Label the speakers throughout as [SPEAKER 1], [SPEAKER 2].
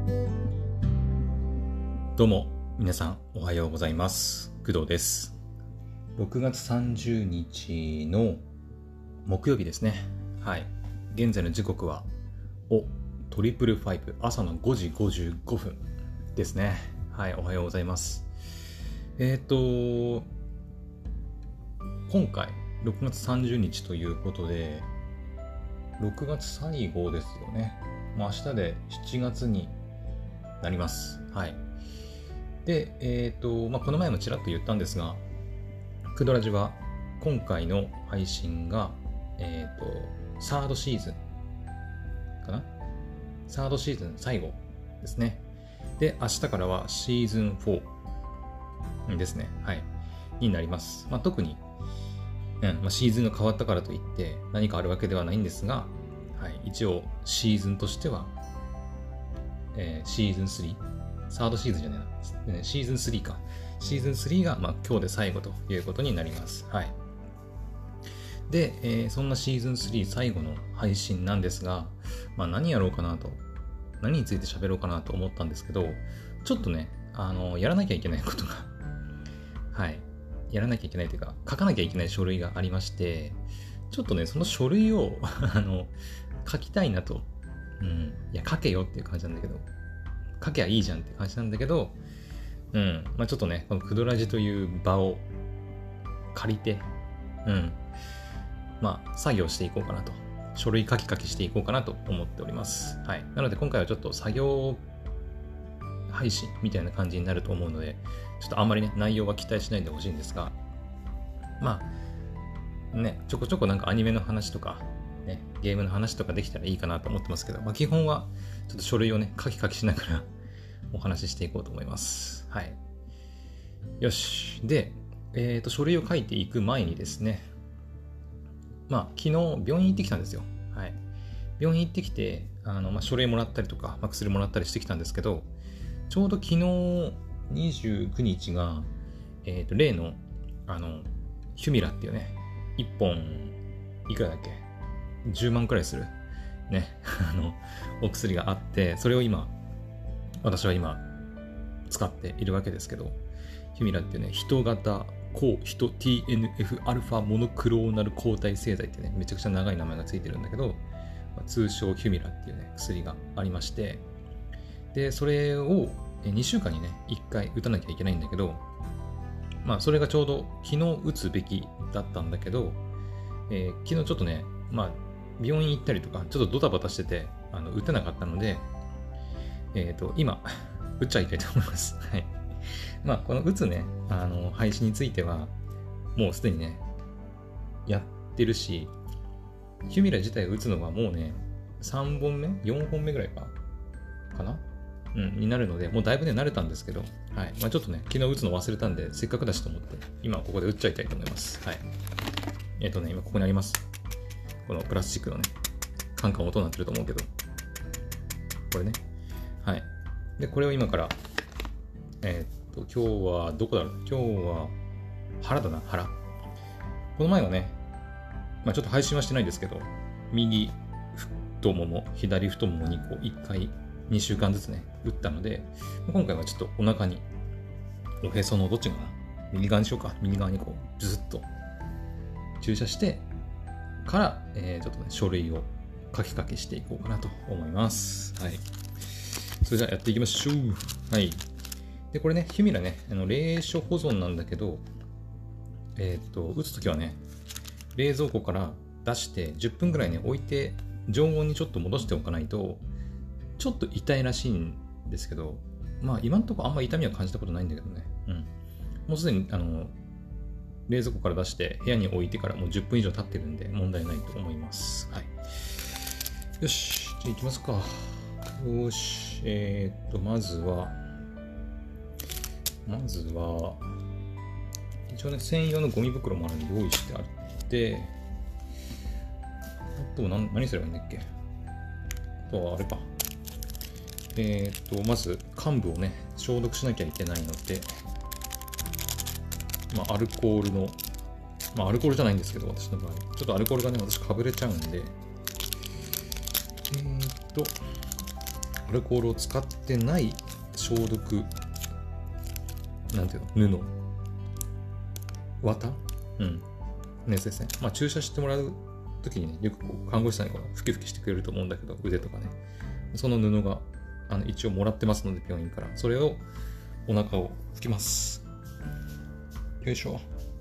[SPEAKER 1] どうも皆さんおはようございます。工藤です。6月30日の木曜日ですね。はい。現在の時刻はトリプルファイブ朝の5時55分ですね。はい、おはようございます。今回6月30日ということで6月最後ですよね。明日で7月になります。はい。で、この前もちらっと言ったんですが、クドラジは今回の配信が、サードシーズンかな？サードシーズン最後ですね。で、明日からはシーズン4ですね。はい。になります。特に、シーズンが変わったからといって何かあるわけではないんですが、はい、一応シーズンとしては、シーズン3、サードシーズンじゃないな、シーズン3か。シーズン3が、今日で最後ということになります。はい。で、そんなシーズン3最後の配信なんですが、何やろうかなと、何について喋ろうかなと思ったんですけど、ちょっとね、やらなきゃいけないことが、はい。やらなきゃいけないというか、書かなきゃいけない書類がありまして、ちょっとね、その書類を書きたいなと。いや、書けよっていう感じなんだけど、書けばいいじゃんって感じなんだけど、ちょっとね、このクドラジという場を借りて、作業していこうかなと。書類書きしていこうかなと思っております。はい。なので今回はちょっと作業配信みたいな感じになると思うので、ちょっとあんまりね、内容は期待しないでほしいんですが、ちょこちょこなんかアニメの話とか、ね、ゲームの話とかできたらいいかなと思ってますけど、基本はちょっと書類をね、書きしながらお話ししていこうと思います。はい。よし。で、書類を書いていく前にですね、昨日病院行ってきたんですよ。はい。病院行ってきて、書類もらったりとか、薬もらったりしてきたんですけど、ちょうど昨日29日が、例の、ヒュミラっていうね、1本、いくらだっけ10万くらいするねお薬があって、それを私は今使っているわけですけど、ヒュミラっていうね、人型抗ヒト TNF-α モノクローナル抗体製剤ってね、めちゃくちゃ長い名前がついてるんだけど、通称ヒュミラっていうね、薬がありまして、で、それを2週間にね、1回打たなきゃいけないんだけど、それがちょうど昨日打つべきだったんだけど、昨日ちょっとね、病院行ったりとか、ちょっとドタバタしてて、打てなかったので、今、打っちゃいたいと思います。はい。この打つね、配信については、もうすでにね、やってるし、ヒュミラ自体打つのはもうね、3本目 ?4 本目ぐらいかなになるので、もうだいぶね、慣れたんですけど、はい。ちょっとね、昨日打つの忘れたんで、せっかくだしと思って、今ここで打っちゃいたいと思います。はい。今ここにあります。このプラスチックのね、カンカン音になってると思うけど、これね。はい。で、これを今から、今日はどこだろう？今日は腹だな、腹。この前はね、ちょっと配信はしてないんですけど、右太もも、左太ももにこう1回、2週間ずつね、打ったので、今回はちょっとお腹に、おへそのどっちかな？右側にしようか。右側にこう、ずっと注射してから、ちょっとね、書類を書きしていこうかなと思います。はい。それじゃあやっていきましょう。はい。で、これね、ヒュミラね、冷所保存なんだけど、打つときはね、冷蔵庫から出して10分ぐらいね、置いて、常温にちょっと戻しておかないと、ちょっと痛いらしいんですけど、今のところあんまり痛みは感じたことないんだけどね。もうすでに、冷蔵庫から出して部屋に置いてからもう10分以上経ってるんで問題ないと思います。はい。よし、じゃあ行きますか。よし、まずは、一応ね、専用のゴミ袋もあるんで用意してあって、あと何すればいいんだっけ？あとはあれか。まず患部をね、消毒しなきゃいけないので、アルコールの、アルコールじゃないんですけど、私の場合。ちょっとアルコールがね、私かぶれちゃうんで、 アルコールを使ってない消毒、なんていうの、綿のやつですね。注射してもらうときにね、よくこう看護師さんにふきふきしてくれると思うんだけど、腕とかね。その布が一応もらってますので、病院から。それをお腹を拭きます。よいしょ。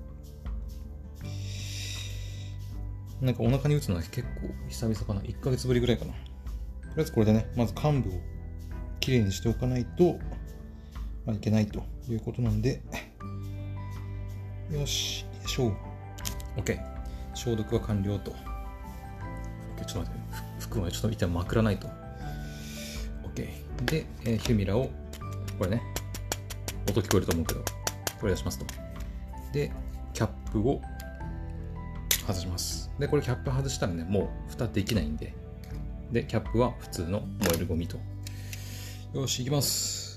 [SPEAKER 1] なんかお腹に打つのは結構久々かな。1ヶ月ぶりぐらいかな。とりあえずこれでね、まず患部をきれいにしておかないと、いけないということなんで、よし、よいしょ。OK。消毒は完了と。OK、ちょっと待って、服はちょっと一旦まくらないと。OK。で、ヒュミラを、これね、音聞こえると思うけど、これ出しますと。で、キャップを外します。で、これキャップ外したらね、もう蓋できないんで。で、キャップは普通の燃えるゴミと。よし、いきます。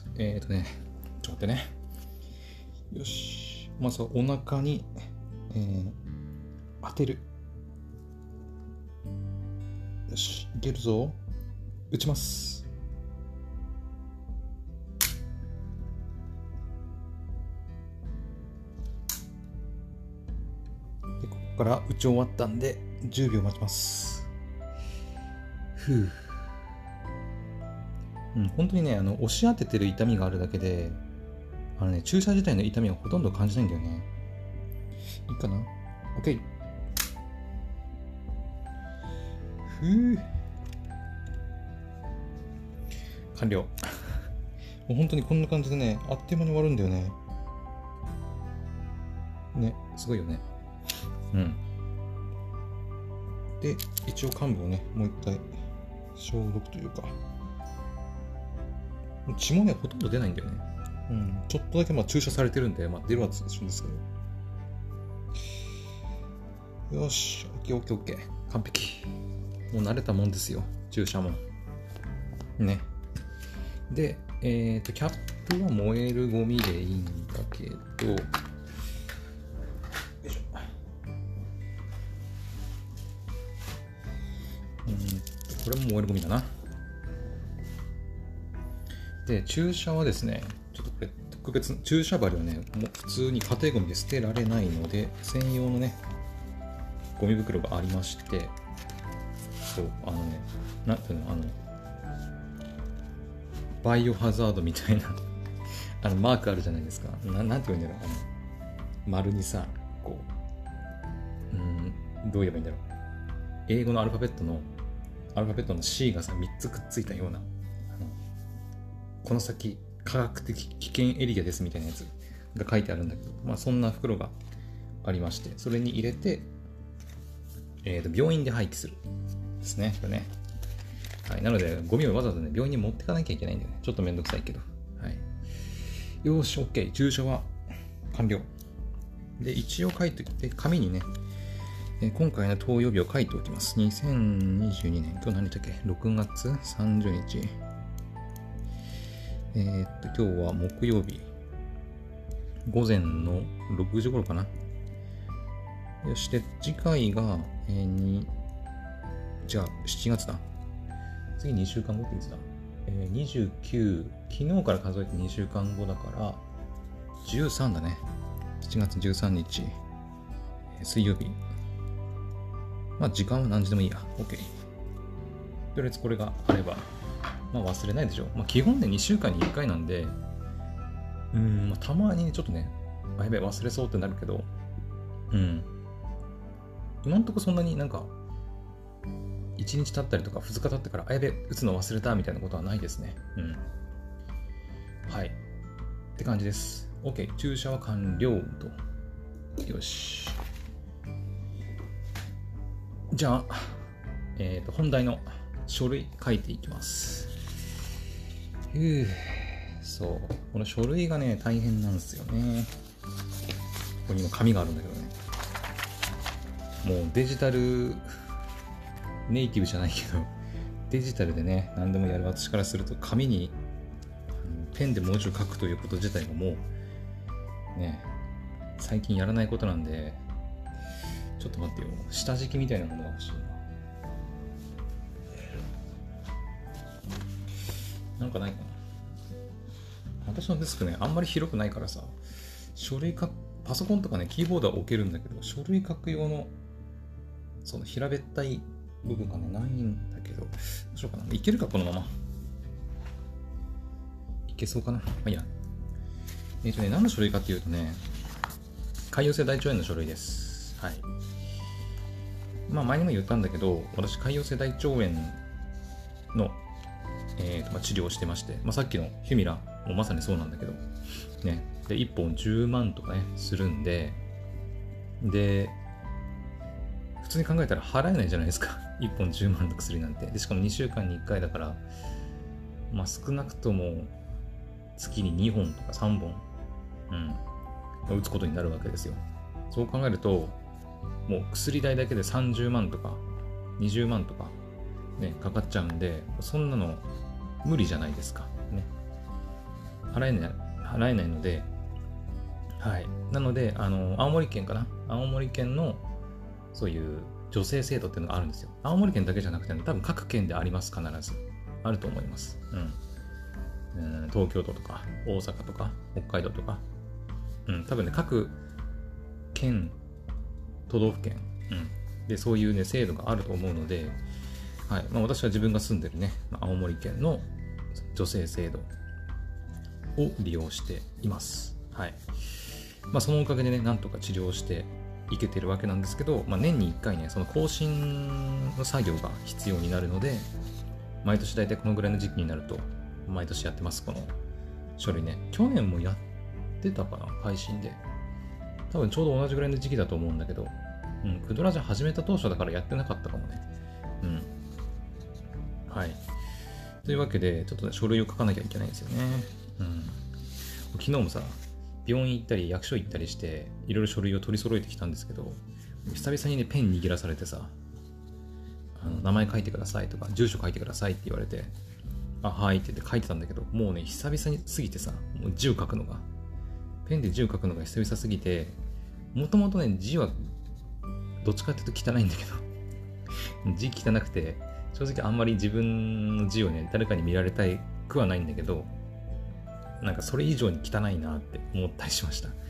[SPEAKER 1] ちょっと待ってね。よし。まずはお腹に、当てる。よし、いけるぞ。打ちます。で、ここから打ち終わったんで、10秒待ちます。本当にね、押し当ててる痛みがあるだけで、注射自体の痛みはほとんど感じないんだよね。いいかな？ OK。完了。もう本当にこんな感じでね、あっという間に終わるんだよね。ね、すごいよね。で、一応患部をね、もう一回消毒というか、血もね、ほとんど出ないんだよね。ちょっとだけ注射されてるんで、出るは一緒ですけど。よし、OK。完璧。もう慣れたもんですよ、注射も。ね。で、キャップは燃えるゴミでいいんだけど、よいしょ。これも燃えるゴミだな。で、注射はですね、ちょっとこれ特別、注射針はね、もう普通に家庭ゴミで捨てられないので、専用のね、ゴミ袋がありまして、そう、なんていうの、バイオハザードみたいなマークあるじゃないですか。なんていうんだろう、丸にさ、こう、どう言えばいいんだろう。英語のアルファベットの C がさ、3つくっついたような、この先、科学的危険エリアですみたいなやつが書いてあるんだけど、そんな袋がありまして、それに入れて、病院で廃棄する。ですね、これね。はい。なので、ゴミをわざわざね、病院に持ってかなきゃいけないんだよね。ちょっとめんどくさいけど。はい。よーし、OK。注射は完了。で、一応書いておいて、紙にね、今回の投与日を書いておきます。2022年、今日何だっけ ?6 月30日。今日は木曜日。午前の6時頃かな。よし、で、次回が、じゃあ、7月だ。次2週間後っていつだ、29、昨日から数えて2週間後だから、13だね。7月13日、水曜日。時間は何時でもいいや。OK。とりあえずこれがあれば、忘れないでしょ。基本ね、2週間に1回なんで、たまにね、ちょっとね、やべえ、忘れそうってなるけど、今んとこそんなになんか、1日経ったりとか2日経ってから、やべえ、打つの忘れたみたいなことはないですね。はい。って感じです。OK。注射は完了と。よし。じゃあ、本題の書類書いていきます。そう。この書類がね、大変なんですよね。ここにも紙があるんだけどね。もうデジタルネイティブじゃないけど、デジタルでね、何でもやる私からすると、紙にペンで文字を書くということ自体がもう、ね、最近やらないことなんで、ちょっと待ってよ。下敷きみたいなものが欲しいな。 なんかないかな。私のデスクね、あんまり広くないからさ、パソコンとかね、キーボードは置けるんだけど、書類書く用の、その平べったい部分がね、ないんだけど、どうしようかな。いけるか、このまま。いけそうかな。まあいいや。何の書類かっていうとね、潰瘍性大腸炎の書類です。はい。まあ前にも言ったんだけど、私、潰瘍性大腸炎の、治療をしてまして、さっきのヒュミラもまさにそうなんだけど、ね。で、1本10万とかね、するんで、で、普通に考えたら払えないじゃないですか。1本10万の薬なんて。で、しかも2週間に1回だから、少なくとも月に2本とか3本、打つことになるわけですよ。そう考えると、もう薬代だけで30万とか20万とか、ね、かかっちゃうんで、そんなの無理じゃないですか。ね。払えないので、はい。なので、青森県かな。青森県のそういう助成制度っていうのがあるんですよ。青森県だけじゃなくて、多分各県であります、必ず。あると思います。東京都とか、大阪とか、北海道とか。多分ね、各県、都道府県、で、そういうね、制度があると思うので、はい。私は自分が住んでるね、青森県の助成制度を利用しています。はい。そのおかげでね、なんとか治療していけてるわけなんですけど、年に1回ね、その更新の作業が必要になるので、毎年大体このぐらいの時期になると、毎年やってます、この書類ね。去年もやってたかな、配信で。多分ちょうど同じぐらいの時期だと思うんだけど、クドラジャ始めた当初だからやってなかったかもね。はい。というわけで、ちょっとね、書類を書かなきゃいけないんですよね。昨日もさ、病院行ったり役所行ったりして、いろいろ書類を取り揃えてきたんですけど、久々にね、ペン握らされてさ、名前書いてくださいとか、住所書いてくださいって言われて、はいって言って書いてたんだけど、もうね、久々にすぎてさ、もう字を書くのが、ペンで字を書くのが久々すぎて、もともとね、字は、どっちかっていうと汚いんだけど、字汚くて、正直あんまり自分の字をね、誰かに見られたくはないんだけど、なんかそれ以上に汚いなって思ったりしました。はい。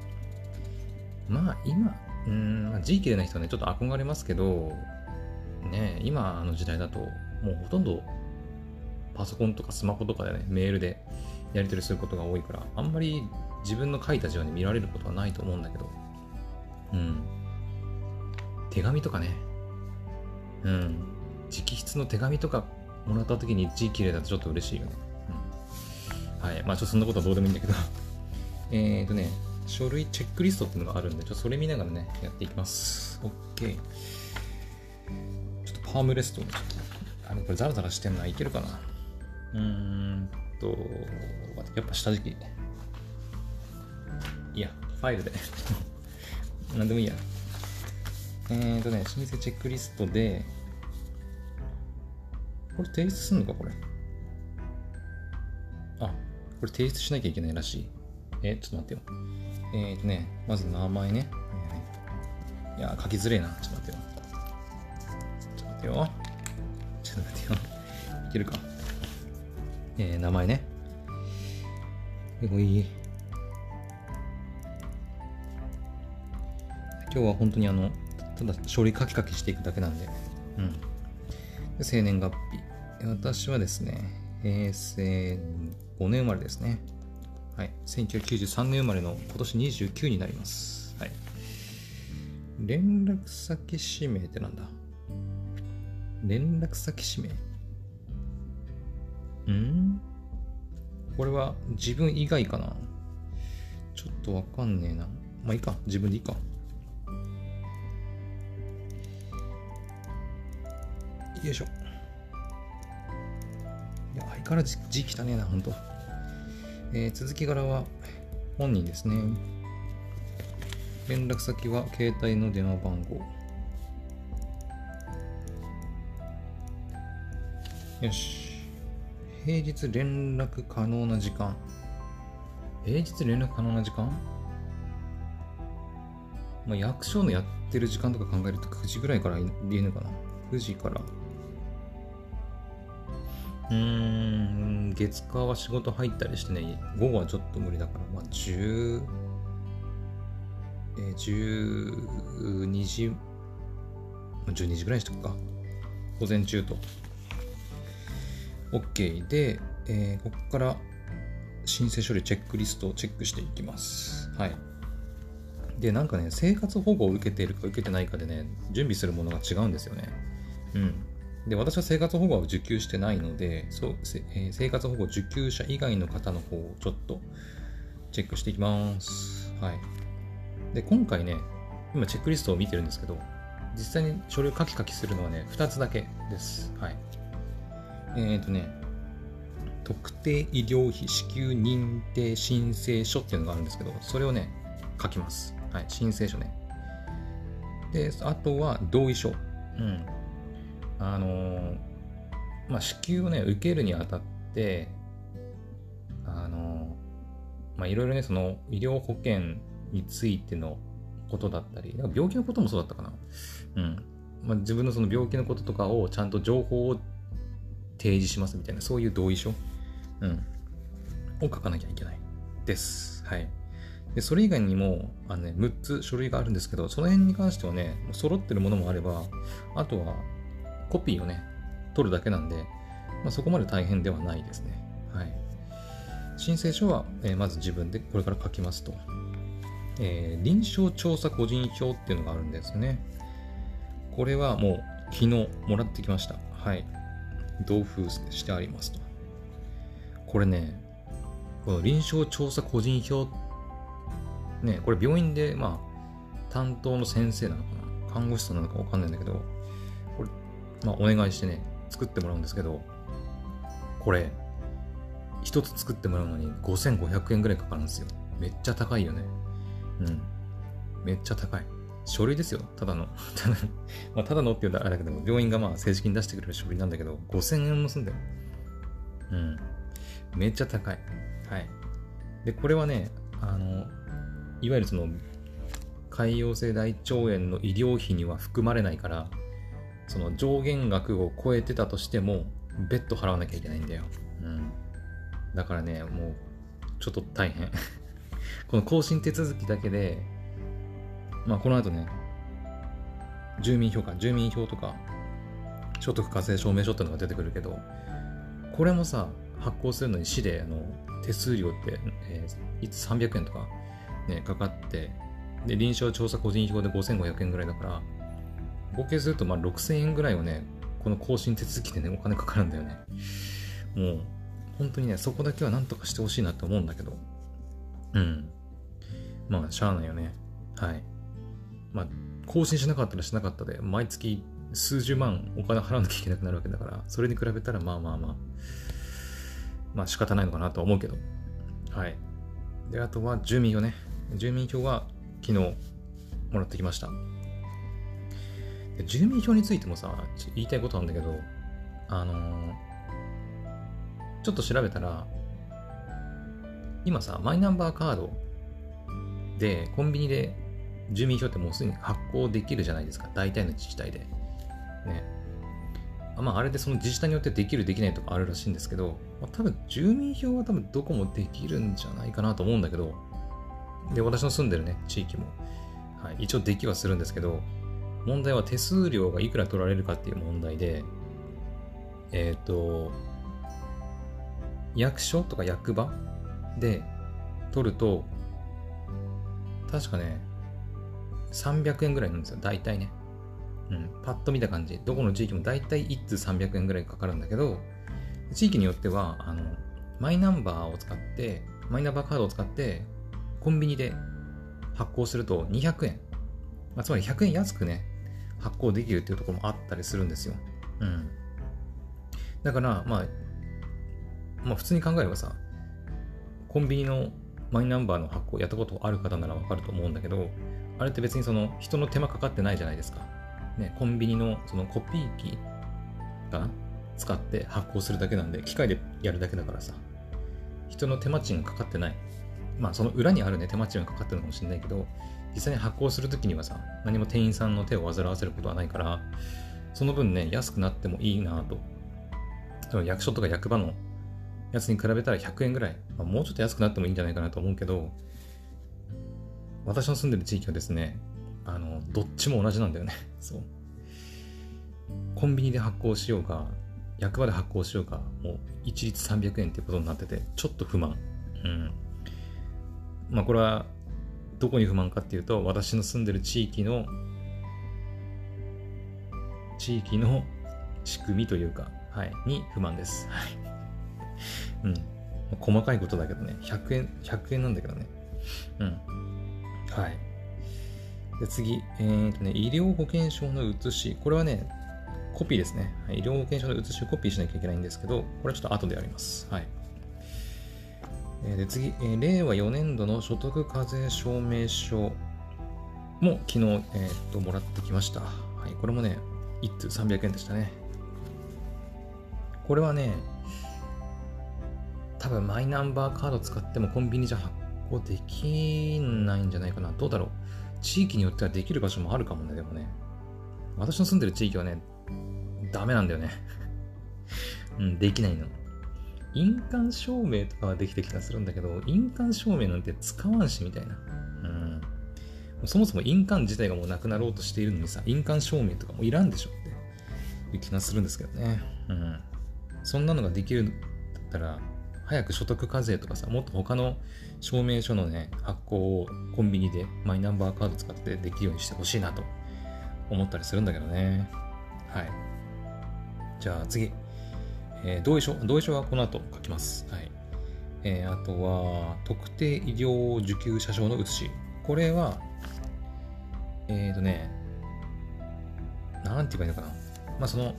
[SPEAKER 1] 今、字綺麗な人はね、ちょっと憧れますけど、ね、今の時代だと、もうほとんどパソコンとかスマホとかでね、メールでやり取りすることが多いから、あんまり自分の書いた字をね、見られることはないと思うんだけど、手紙とかね、直筆の手紙とかもらった時に字綺麗だとちょっと嬉しいよね。はい。ちょっとそんなことはどうでもいいんだけど。書類チェックリストっていうのがあるんで、ちょっとそれ見ながらね、やっていきます。OK。ちょっとパームレスト、これザラザラしてんのはいけるかな。やっぱ下敷き。いや、ファイルで。なんでもいいや。老舗チェックリストで、これ提出すんのか、これ。これ提出しなきゃいけないらしい。ちょっと待ってよ。まず名前ね。いや、書きづれえな。ちょっと待ってよ。いけるか。名前ね。いい。今日は本当にただ書類書きしていくだけなんで。で生年月日。私はですね、平成5年生まれですね。はい。1993年生まれの今年29になります。はい。連絡先氏名ってなんだ？連絡先氏名？これは自分以外かな？ちょっとわかんねえな。いいか。自分でいいか。よいしょ。いや、相変わらず字汚ねえな、ほんと。続き柄は本人ですね。連絡先は携帯の電話番号。よし。平日連絡可能な時間。平日連絡可能な時間？役所のやってる時間とか考えると9時ぐらいから言えるのかな。9時から。 月火は仕事入ったりしてね、午後はちょっと無理だから、まあ、12時ぐらいにしとくか。午前中と。OK で、ここから申請書類チェックリストをチェックしていきます。はい。で、なんかね、生活保護を受けているか受けてないかでね、準備するものが違うんですよね。うん。で、私は生活保護は受給してないので、生活保護受給者以外の方の方をちょっとチェックしていきます。はい。で、今回ね、今チェックリストを見てるんですけど、実際に書類を書きするのはね、2つだけです。はい。特定医療費支給認定申請書っていうのがあるんですけど、それをね、書きます。はい、申請書ね。で、あとは同意書。うん。支給をね、受けるにあたって、いろいろね、その医療保険についてのことだったり、病気のこともそうだったかな。うん。自分のその病気のこととかをちゃんと情報を提示しますみたいな、そういう同意書、を書かなきゃいけないです。はい。で、それ以外にも、6つ書類があるんですけど、その辺に関してはね、揃ってるものもあれば、あとはコピーをね、取るだけなんで、そこまで大変ではないですね。はい。申請書は、まず自分でこれから書きますと。臨床調査個人票っていうのがあるんですね。これはもう昨日もらってきました。はい。同封してありますと。これね、この臨床調査個人票、ね、これ病院で、担当の先生なのかな、看護師さんなのかわかんないんだけど、これ、お願いしてね、作ってもらうんですけど、これ、一つ作ってもらうのに5500円ぐらいかかるんですよ。めっちゃ高いよね。うん。めっちゃ高い。書類ですよ。ただの。ただのって言うとあれだけども、病院が正式に出してくれる書類なんだけど、5000円もすんだよ。うん。めっちゃ高い。はい。で、これはね、いわゆるその、潰瘍性大腸炎の医療費には含まれないから、その上限額を超えてたとしても、別途払わなきゃいけないんだよ。うん。だからね、もう、ちょっと大変。この更新手続きだけで、この後ね、住民票とか、所得課税証明書ってのが出てくるけど、これもさ、発行するのに市で手数料って、いつ300円とか、ね、かかって、で、臨床調査個人票で5500円ぐらいだから、合計すると6000円ぐらいをね、この更新手続きでね、お金かかるんだよね。もう、本当にね、そこだけはなんとかしてほしいなと思うんだけど、うん。しゃあないよね。はい。更新しなかったらしなかったで、毎月数十万お金払わなきゃいけなくなるわけだから、それに比べたら仕方ないのかなとは思うけど。はい。で、あとは住民票ね。住民票は昨日もらってきました。で、住民票についてもさ、ちょっと言いたいことなんだけど、ちょっと調べたら、今さ、マイナンバーカードでコンビニで住民票ってもうすでに発行できるじゃないですか。大体の自治体で。ね。あれでその自治体によってできるできないとかあるらしいんですけど、多分住民票は多分どこもできるんじゃないかなと思うんだけど、で、私の住んでるね、地域も、はい、一応できはするんですけど、問題は手数料がいくら取られるかっていう問題で、役所とか役場で取ると、確かね、300円ぐらいなんですよ、大体ね。パッと見た感じ。どこの地域も大体1通300円ぐらいかかるんだけど、地域によっては、マイナンバーカードを使って、コンビニで発行すると200円。つまり100円安くね、発行できるっていうところもあったりするんですよ。だから、普通に考えればさ、コンビニのマイナンバーの発行やったことある方ならわかると思うんだけど、あれって別にその人の手間かかってないじゃないですか。ね、コンビニのそのコピー機かな使って発行するだけなんで、機械でやるだけだからさ、人の手間賃がかかってない。その裏にあるね、手間賃がかかってるのかもしれないけど、実際に発行するときにはさ、何も店員さんの手を煩わせることはないから、その分ね、安くなってもいいなと。役所とか役場のやつに比べたら100円ぐらい、もうちょっと安くなってもいいんじゃないかなと思うけど、私の住んでる地域はですね、どっちも同じなんだよね。そう。コンビニで発行しようが、役場で発行しようが、もう一律300円っていうことになってて、ちょっと不満。これは、どこに不満かっていうと、私の住んでる地域の仕組みというか、はい、に不満です。はい。細かいことだけどね、100円なんだけどね。はい。で、次、医療保険証の写し。これはね、コピーですね。医療保険証の写しをコピーしなきゃいけないんですけど、これはちょっと後でやります。はい。で、次、令和4年度の所得課税証明書も昨日、もらってきました。はい。これもね、1通300円でしたね。これはね、多分マイナンバーカード使ってもコンビニじゃ発行できないんじゃないかな。どうだろう。地域によってはできる場所もあるかもね、でもね。私の住んでる地域はね、ダメなんだよね。できないの。印鑑証明とかはできてきたりするんだけど、印鑑証明なんて使わんしみたいな。そもそも印鑑自体がもうなくなろうとしているのにさ、印鑑証明とかもいらんでしょっていう気がするんですけどね。そんなのができるんだったら、早く所得課税とかさ、もっと他の証明書のね、発行をコンビニでマイナンバーカード使ってできるようにしてほしいなと思ったりするんだけどね。はい。じゃあ次。同意書はこの後書きます。はい。あとは、特定医療受給者証の写し。これは、なんて言えばいいのかな。その、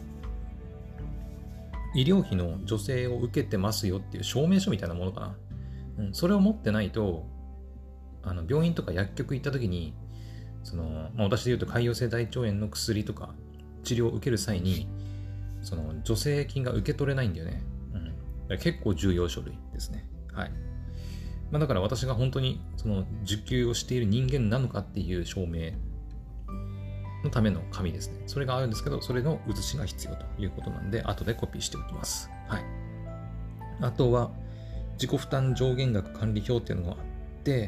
[SPEAKER 1] 医療費の助成を受けてますよっていう証明書みたいなものかな。それを持ってないと、病院とか薬局行った時に、私で言うと潰瘍性大腸炎の薬とか治療を受ける際に、その助成金が受け取れないんだよね。結構重要書類ですね。はい。だから私が本当にその受給をしている人間なのかっていう証明のための紙ですね。それがあるんですけど、それの写しが必要ということなんで、後でコピーしておきます。はい。あとは、自己負担上限額管理表っていうのがあって、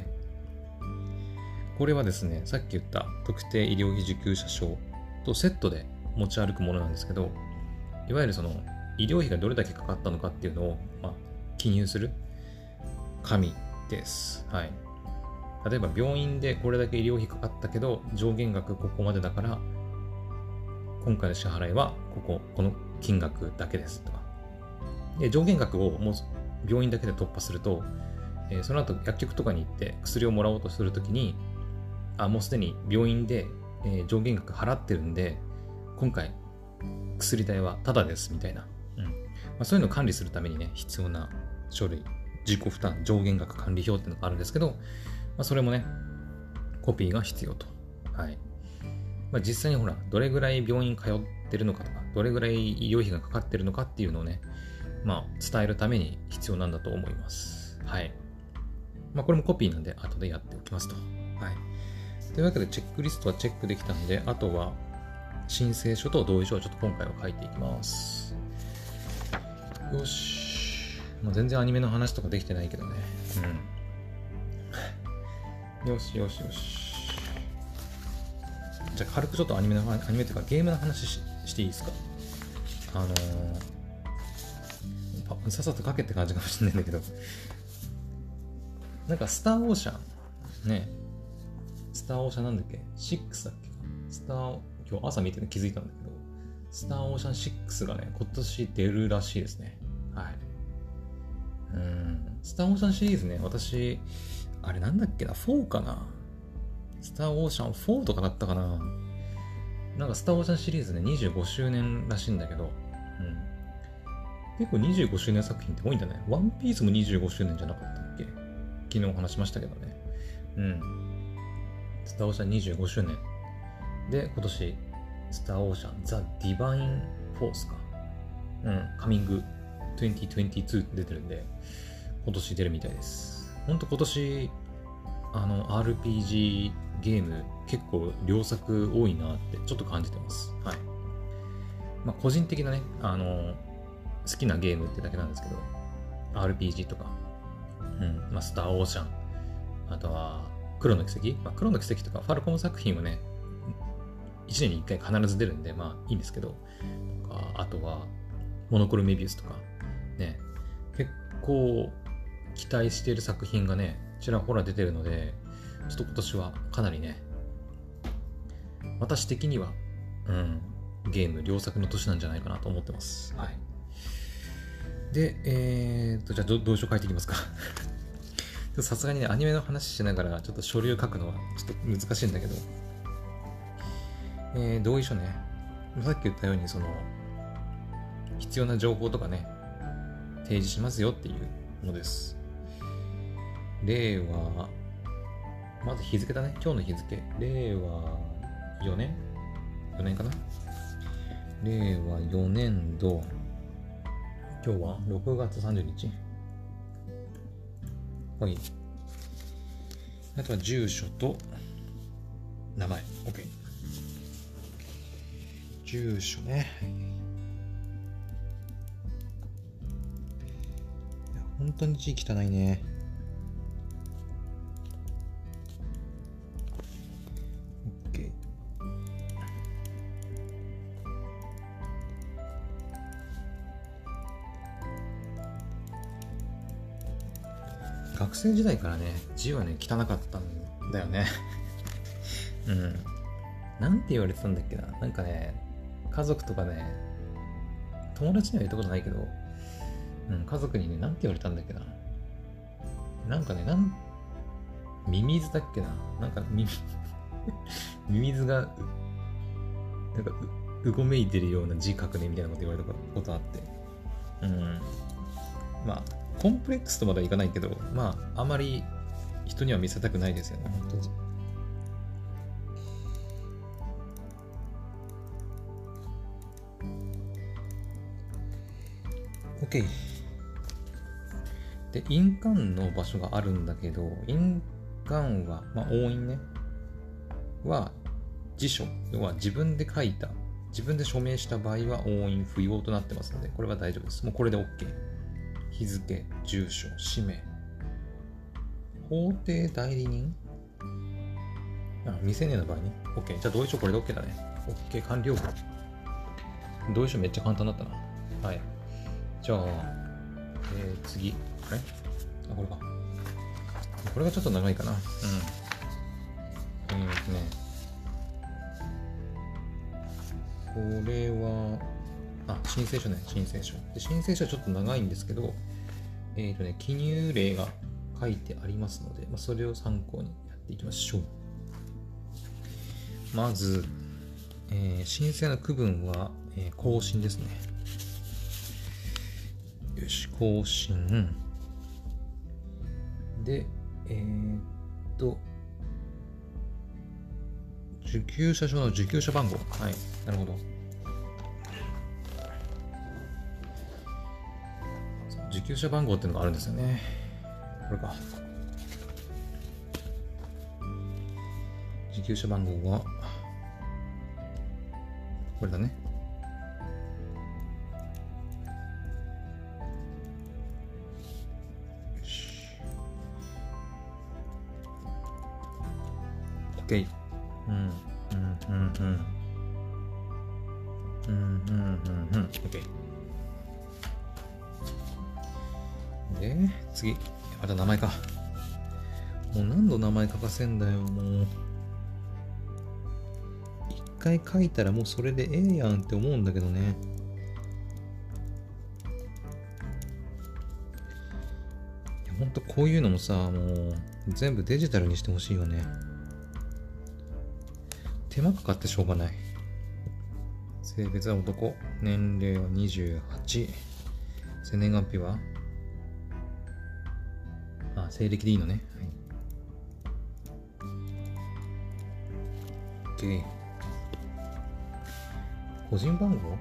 [SPEAKER 1] これはですね、さっき言った特定医療費受給者証とセットで持ち歩くものなんですけど、いわゆるその医療費がどれだけかかったのかっていうのを、記入する紙です。はい。例えば病院でこれだけ医療費かかったけど上限額ここまでだから今回の支払いはこの金額だけですとか。で上限額をもう病院だけで突破すると、その後薬局とかに行って薬をもらおうとするときにもうすでに病院で、上限額払ってるんで今回薬代はタダですみたいな、そういうのを管理するためにね必要な書類、自己負担上限額管理表っていうのがあるんですけど、それもねコピーが必要と。はい。実際にほらどれぐらい病院通ってるのかとかどれぐらい医療費がかかってるのかっていうのをね伝えるために必要なんだと思います。はい。これもコピーなんで後でやっておきますと。はい。というわけでチェックリストはチェックできたんで、あとは申請書と同意書をちょっと今回は書いていきます。よし。全然アニメの話とかできてないけどね。よし。じゃあ軽くちょっとアニメというかゲームの話していいですか？さっさと書けって感じかもしれないんだけど、なんかスターオーシャンね、スターオーシャンなんだっけ ?6 だっけか、今日朝見て気づいたんだけど、スターオーシャン6がね今年出るらしいですね。はい。スターオーシャンシリーズね、私あれなんだっけな、4かな、スターオーシャン4とかだったかな。なんかスターオーシャンシリーズね25周年らしいんだけど、結構25周年作品って多いんだね。ワンピースも25周年じゃなかったっけ？昨日話しましたけどね。スターオーシャン25周年。で、今年、スターオーシャンザ・ディバイン・フォースか。カミング2022出てるんで、今年出るみたいです。ほんと今年、RPG ゲーム結構良作多いなってちょっと感じてます。はい。個人的なね、好きなゲームってだけなんですけど、 RPG とか、スターオーシャン、あとは黒の奇跡、黒の奇跡とかファルコム作品はね、1年に1回必ず出るんで、いいんですけど、あとはモノクロメビウスとか、ね、結構期待している作品がね、ちらほら出てるので、ちょっと今年はかなりね、私的には、ゲーム良作の年なんじゃないかなと思ってます。はい。で、じゃあどうしよう書いていきますか。さすがにね、アニメの話しながらちょっと書類を書くのはちょっと難しいんだけど、同意書ね、さっき言ったように必要な情報とかね、提示しますよっていうものです。令和、まず日付だね、今日の日付。令和4年 ?4 年かな。令和4年度、今日は6月30日。はい。あとは住所と名前。OK。住所ね。いや、本当に字汚いね。OK。学生時代からね、字はね、汚かったんだよね。なんて言われてたんだっけな。なんかね、家族とかね、友達には言ったことないけど、家族にね、なんて言われたんだっけな。なんかね、ミミズだっけな。なんかミミズが、なんかうごめいてるような字書くねみたいなこと言われたことあって。コンプレックスとまではいかないけど、あまり人には見せたくないですよね、本当に。OK。で、印鑑の場所があるんだけど、印鑑は、押印ね、は辞書、要は自分で書いた、自分で署名した場合は押印不要となってますので、これは大丈夫です。もうこれで OK。日付、住所、氏名、法定代理人、未成年の場合ね。OK。じゃあ同意書これで OK だね。OK 完了。同意書めっちゃ簡単だったな。はい。じゃあ、次。あれこれか。これがちょっと長いかな。これは、申請書ね、申請書。で、申請書はちょっと長いんですけど、記入例が書いてありますので、それを参考にやっていきましょう。まず、申請の区分は、更新ですね。よし、更新。で、受給者証の受給者番号。はい、なるほど。受給者番号っていうのがあるんですよね。これか。受給者番号は、これだね。よし。OK。OK。で、次。また名前か。もう何度名前書かせんだよ、もう。一回書いたらもうそれでええやんって思うんだけどね。いや、ほんとこういうのもさ、もう全部デジタルにしてほしいよね。手間かかってしょうがない。性別は男。年齢は28。生年月日は西暦でいいのね。はい。OK。個人番号？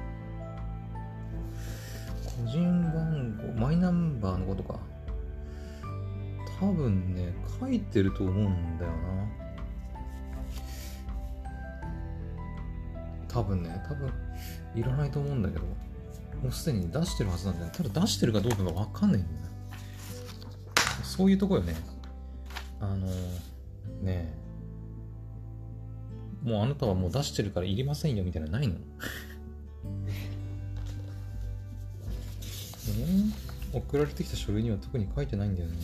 [SPEAKER 1] 個人番号、マイナンバーのことか。多分ね、書いてると思うんだよな。多分いらないと思うんだけど。 もうすでに出してるはずなんだよ。ただ出してるかどうかがわかんないんだよ。そういうとこよね。ねえ。もうあなたはもう出してるからいりませんよみたいなのないの？送られてきた書類には特に書いてないんだよね。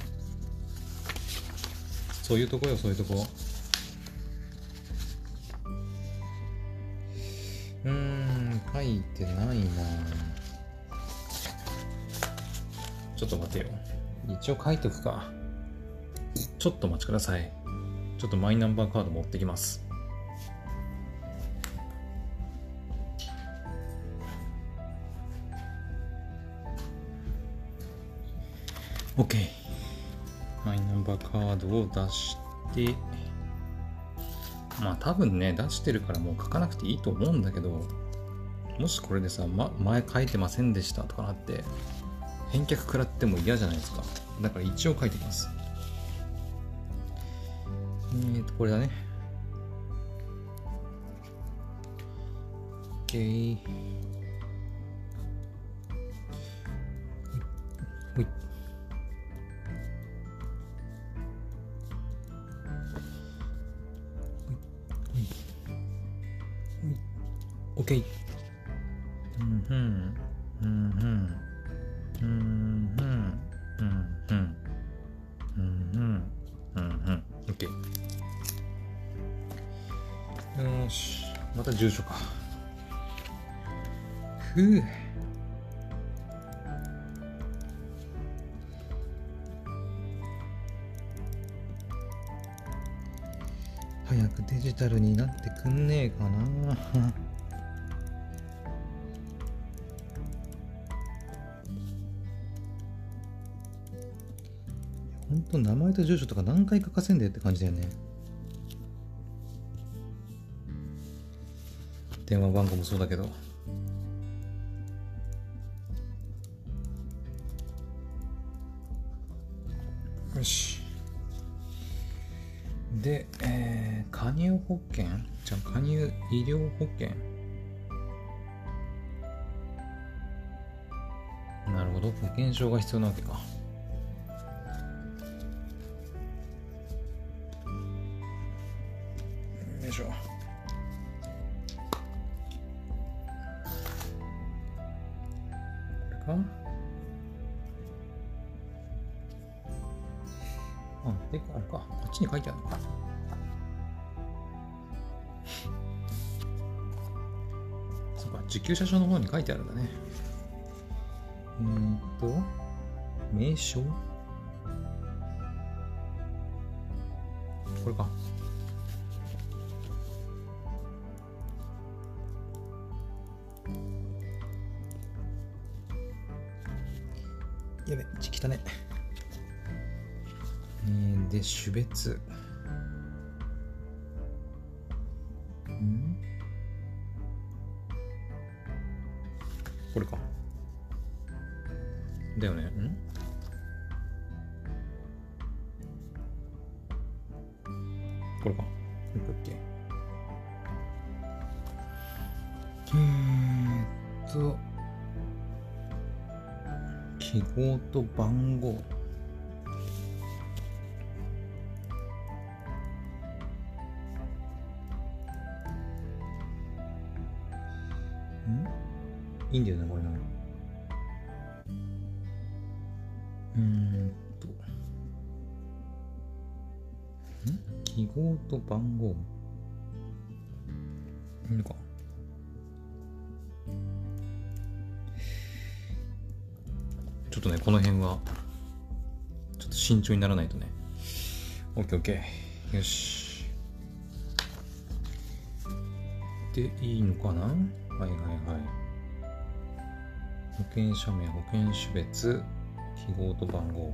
[SPEAKER 1] そういうとこよ、そういうとこ。書いてないな。ちょっと待てよ。一応書いておくか。ちょっとお待ちください。ちょっとマイナンバーカード持ってきます。OK。マイナンバーカードを出して、まあ多分ね、出してるからもう書かなくていいと思うんだけど、もしこれでさ、前書いてませんでしたとかなって、返却食らっても嫌じゃないですか。だから一応書いてきます。これだね。OK。ほい。OK。OK。よし。また住所か。早くデジタルになってくんねえかな。ほんと名前と住所とか何回書かせんでって感じだよね。電話番号もそうだけど。よし。で、加入保険？じゃあ加入医療保険。なるほど。保険証が必要なわけか。よいしょ。これか？で、あれか。こっちに書いてあるのか。そうか、受給者証の方に書いてあるんだね。名称？これか。やべ、字汚ね。で、種別。これか。だよね。これか。記号と番号。いいんだよね、これな。記号と番号。いいのか。ちょっとね、この辺は、ちょっと慎重にならないとね。OK。よし。で、いいのかな？はい。保険者名、保険種別、記号と番号。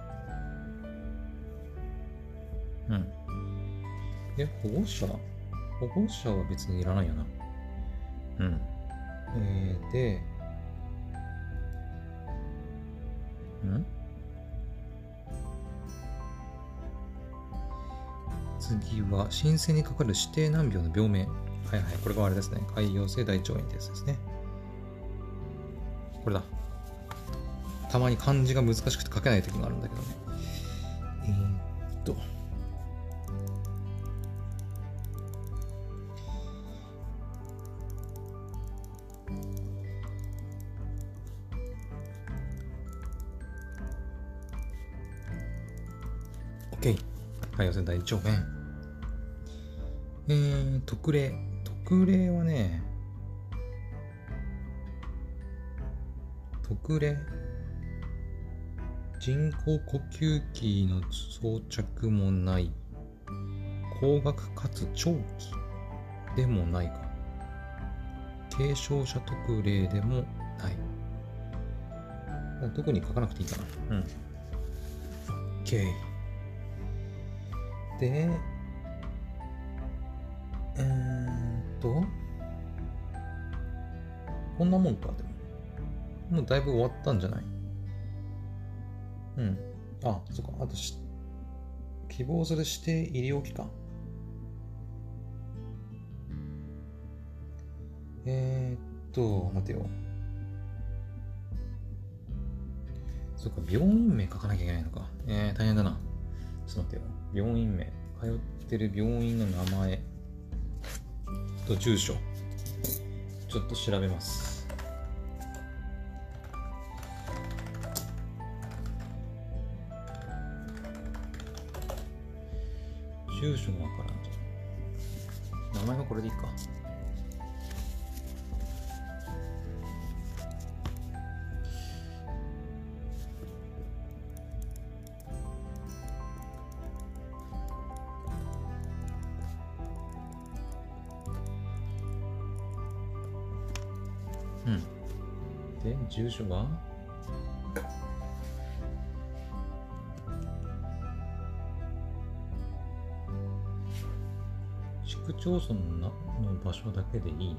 [SPEAKER 1] 保護者は別にいらないよな。で、次は申請にかかる指定難病の病名。これがあれですね。潰瘍性大腸炎ってやつですね。 これだ。たまに漢字が難しくて書けない時があるんだけどね。OK。はい、予選第1丁目。特例。特例はね、特例。人工呼吸器の装着もない。高額かつ長期でもないか。軽症者特例でもない。特に書かなくていいかな。うん。OK。で、こんなもんか。でもうだいぶ終わったんじゃない？うん。あ、そっか。あと希望する指定医療機関。待てよ。そっか、病院名書かなきゃいけないのか。大変だな。ちょっと待ってよ。病院名。通ってる病院の名前と住所。ちょっと調べます。住所がわからんじゃん。名前はこれでいいか。うん。で、住所は市区町村の場所だけでいいの？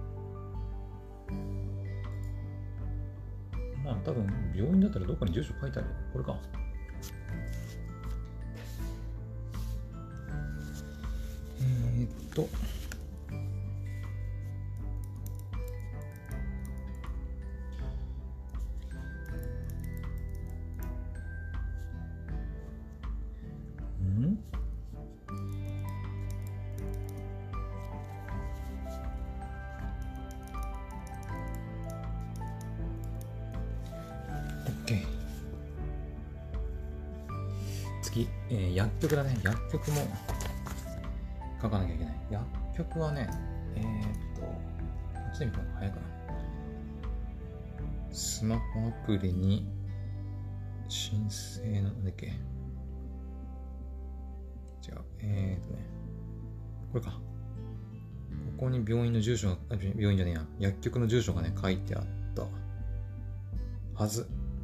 [SPEAKER 1] まあ多分病院だったらどっかに住所書いてあるよ。これか。OK。次、薬局だね。薬局も書かなきゃいけない。薬局はね、こっちで見た方が早いかな。スマホアプリに申請なんだっけ。違う。これか。ここに病院の住所が、病院じゃねえや。薬局の住所がね、書いてあったはず。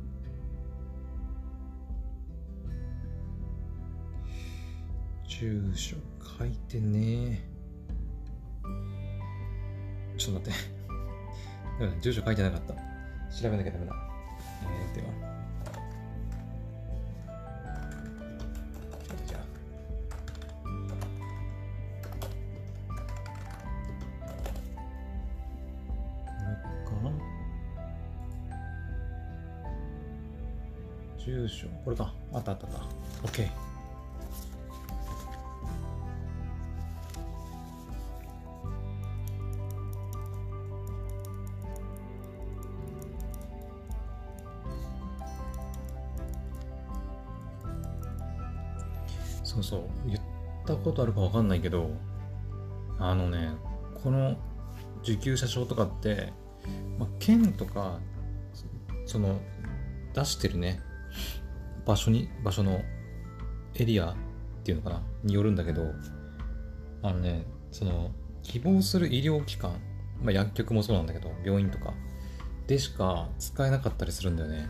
[SPEAKER 1] 住所書いてねえ。ちょっと待って。住所書いてなかった。調べなきゃダメだ。では。じゃあ。これか？住所。これか。あったあったあった。OK。そうそう、言ったことあるかわかんないけど、この受給者証とかって、県とか、その、出してるね、場所のエリアっていうのかな、によるんだけど、希望する医療機関、薬局もそうなんだけど、病院とかでしか使えなかったりするんだよね。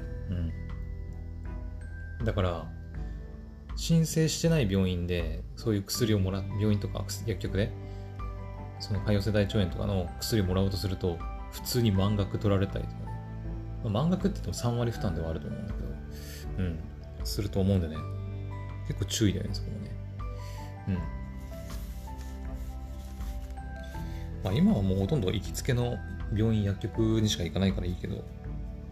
[SPEAKER 1] うん。だから、申請してない病院でそういう薬を病院とか薬局でその潰瘍性大腸炎とかの薬をもらおうとすると普通に満額取られたりとかね、満額って言っても3割負担ではあると思うんだけど、すると思うんでね、結構注意だよね、そこもね。今はもうほとんど行きつけの病院薬局にしか行かないからいいけど、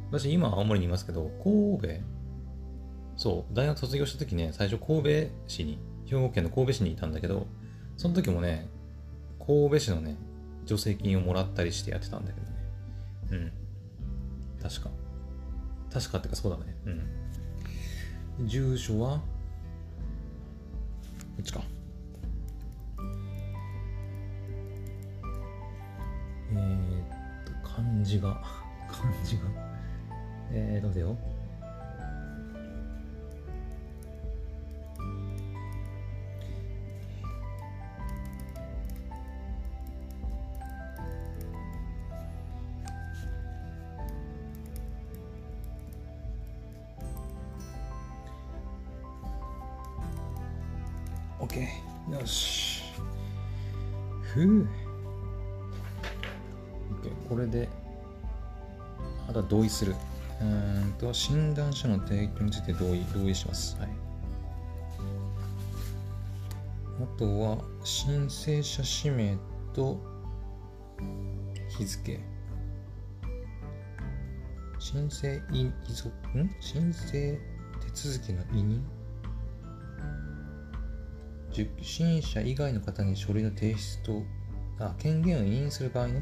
[SPEAKER 1] 私今青森にいますけど、神戸、そう、大学卒業した時ね、最初神戸市に、兵庫県の神戸市にいたんだけど、その時もね、神戸市のね、助成金をもらったりしてやってたんだけどね。うん。確か。確かってかそうだね。うん。住所は、こっちか。漢字が、どうだよ。OK。よし。OK。これで、あとは同意する。診断書の提供について同意します。はい。あとは、申請者氏名と日付。申請手続きの委任。受信者以外の方に書類の提出と、権限を委任する場合ね。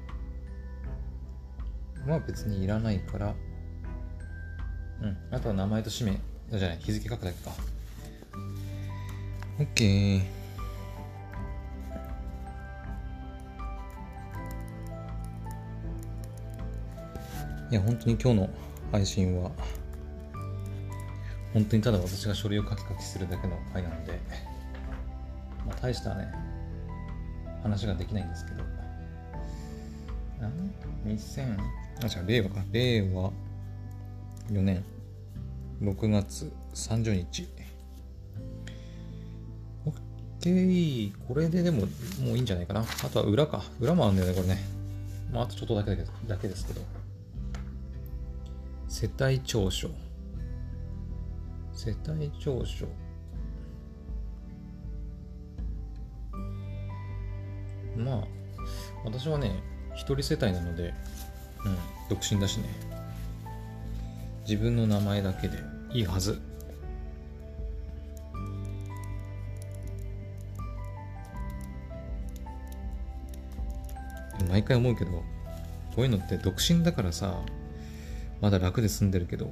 [SPEAKER 1] まあ別にいらないから、あとは名前と氏名、じゃない、日付書くだけか。OK。いや、本当に今日の配信は、本当にただ私が書類を書きするだけの回なので、まあ大したね、話ができないんですけど、令和4年6月30日。OK。これででももういいんじゃないかな。あとは裏か。裏もあるんだよね、これね。まああとちょっとだけですけど。世帯調書。まあ、私はね、一人世帯なので、独身だしね。自分の名前だけでいいはず。毎回思うけど、こういうのって独身だからさ、まだ楽で済んでるけど、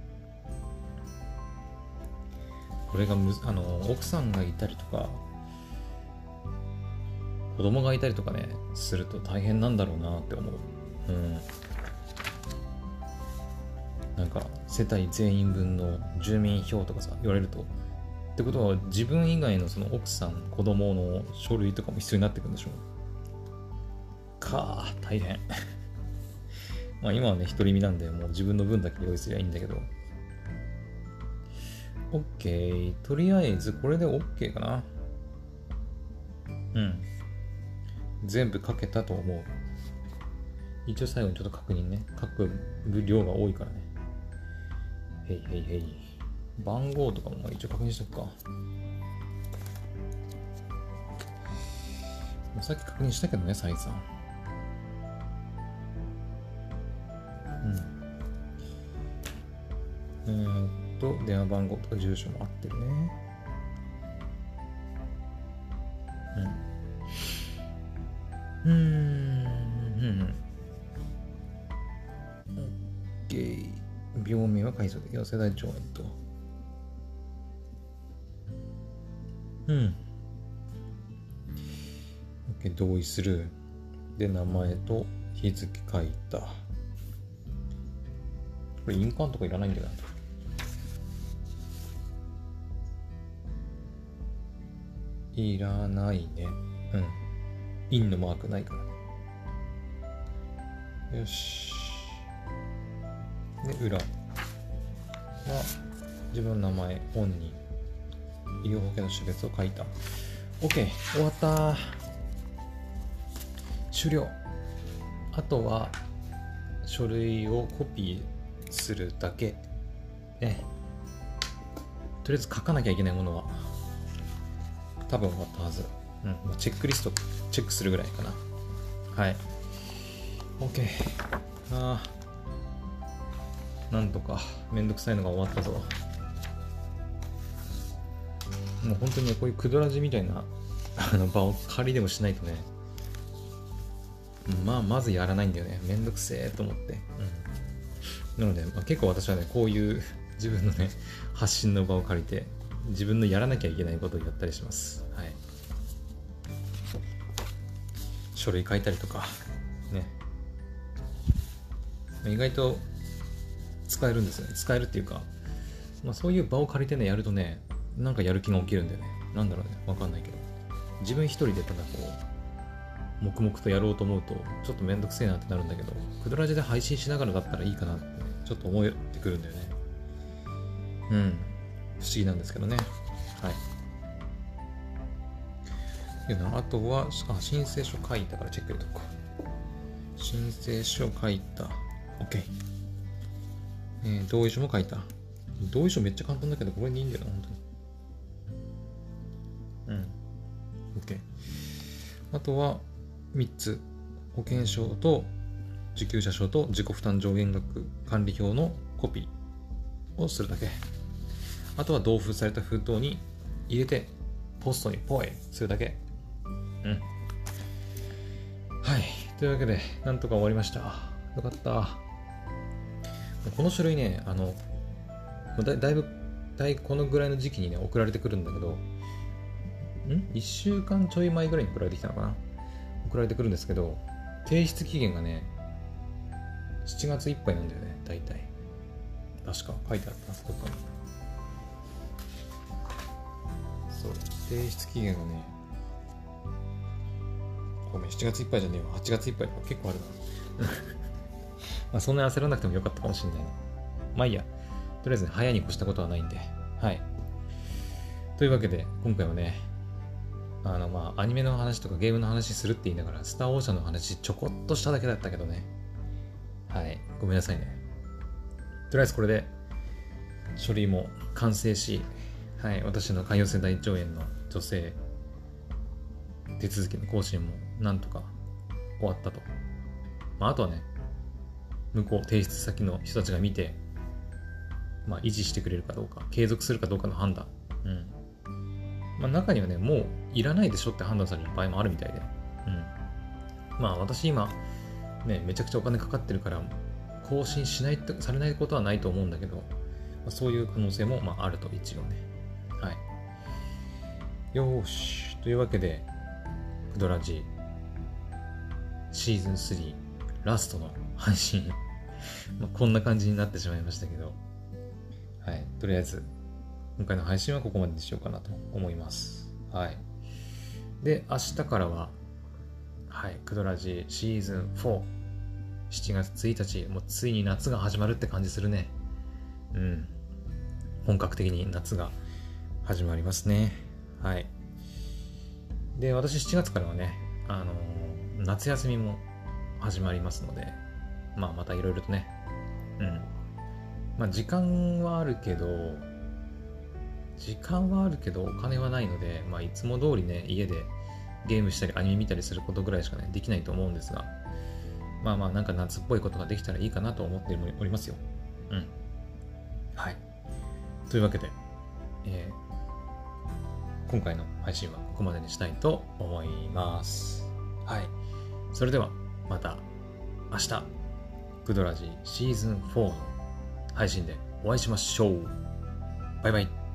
[SPEAKER 1] これが奥さんがいたりとか、子供がいたりとかね、すると大変なんだろうなって思う。なんか、世帯全員分の住民票とかさ、言われると。ってことは、自分以外のその奥さん、子供の書類とかも必要になってくるんでしょ。大変。まあ今はね、独り身なんで、もう自分の分だけ用意すりゃいいんだけど。OK。とりあえず、これで OK かな。全部書けたと思う。一応最後にちょっと確認ね。書く量が多いからね。番号とかも一応確認しとくか。さっき確認したけどね、サイさん。電話番号とか住所も合ってるね。OK。病名は改装的な世代長園と。OK。同意する。で、名前と日付書いた。これ印鑑とかいらないんだよな。いらないね。印のマークないからね。よし。で、裏は自分の名前、本人、医療保険の種別を書いた。OK。終わった。終了。あとは書類をコピーするだけ。ね。とりあえず書かなきゃいけないものは多分終わったはず。チェックリストチェックするぐらいかな。はい。OK。 なんとかめんどくさいのが終わったぞ。もう本当にね、こういうクドラジみたいな場を借りでもしないとね、まずやらないんだよね。めんどくせえと思って。なので、結構私はね、こういう自分のね、発信の場を借りて、自分のやらなきゃいけないことをやったりします。はい。書類書いたりとか、ね。意外と使えるんですよね。使えるっていうか、そういう場を借りてね、やるとね、なんかやる気が起きるんだよね。なんだろうね。わかんないけど。自分一人でただこう、黙々とやろうと思うと、ちょっとめんどくせえなってなるんだけど、クドラジで配信しながらだったらいいかなって、ね、ちょっと思えてくるんだよね。不思議なんですけどね。はい。あとは、申請書書いたからチェック入れとこう。申請書書いた。OK。同意書も書いた。同意書めっちゃ簡単だけど、これでいいんだよな、本当に。OK。あとは、3つ。保険証と受給者証と自己負担上限額管理表のコピーをするだけ。あとは同封された封筒に入れてポストにポイするだけ。はい。というわけで、なんとか終わりました。よかった。この書類ね、だいぶこのぐらいの時期にね、送られてくるんだけど、1週間ちょい前ぐらいに送られてきたのかな。送られてくるんですけど、提出期限がね、7月いっぱいなんだよね、大体。確か書いてあったどっかに。そう、提出期限がね、ごめん、7月いっぱいじゃねえわ。8月いっぱいとか結構あるな。そんなに焦らなくてもよかったかもしれないな。まあいいや。とりあえず、早いに越したことはないんで。はい。というわけで、今回はね、アニメの話とかゲームの話するって言いながら、スターオーシャンの話ちょこっとしただけだったけどね。はい。ごめんなさいね。とりあえずこれで、書類も完成し、はい。私の潰瘍性大腸炎の女性手続きの更新もなんとか終わったと。あとはね、向こう提出先の人たちが見て、維持してくれるかどうか、継続するかどうかの判断。中にはね、もういらないでしょって判断される場合もあるみたいで。私今、ね、めちゃくちゃお金かかってるから、更新されないことはないと思うんだけど、そういう可能性もあると一応ね。はい。よーし。というわけで、クドラジシーズン3ラストの配信こんな感じになってしまいましたけど、はい。とりあえず、今回の配信はここまでにしようかなと思います。はい。で、明日からは、はい、クドラジシーズン4、7月1日、もうついに夏が始まるって感じするね。本格的に夏が始まりますね。はい。で、私7月からはね、夏休みも始まりますので、またいろいろとね、時間はあるけどお金はないので、いつも通りね、家でゲームしたりアニメ見たりすることぐらいしかね、できないと思うんですが、なんか夏っぽいことができたらいいかなと思っておりますよ。はい。というわけで、今回の配信はここまでにしたいと思います。はい。それではまた明日、クドラジシーズン4の配信でお会いしましょう。バイバイ。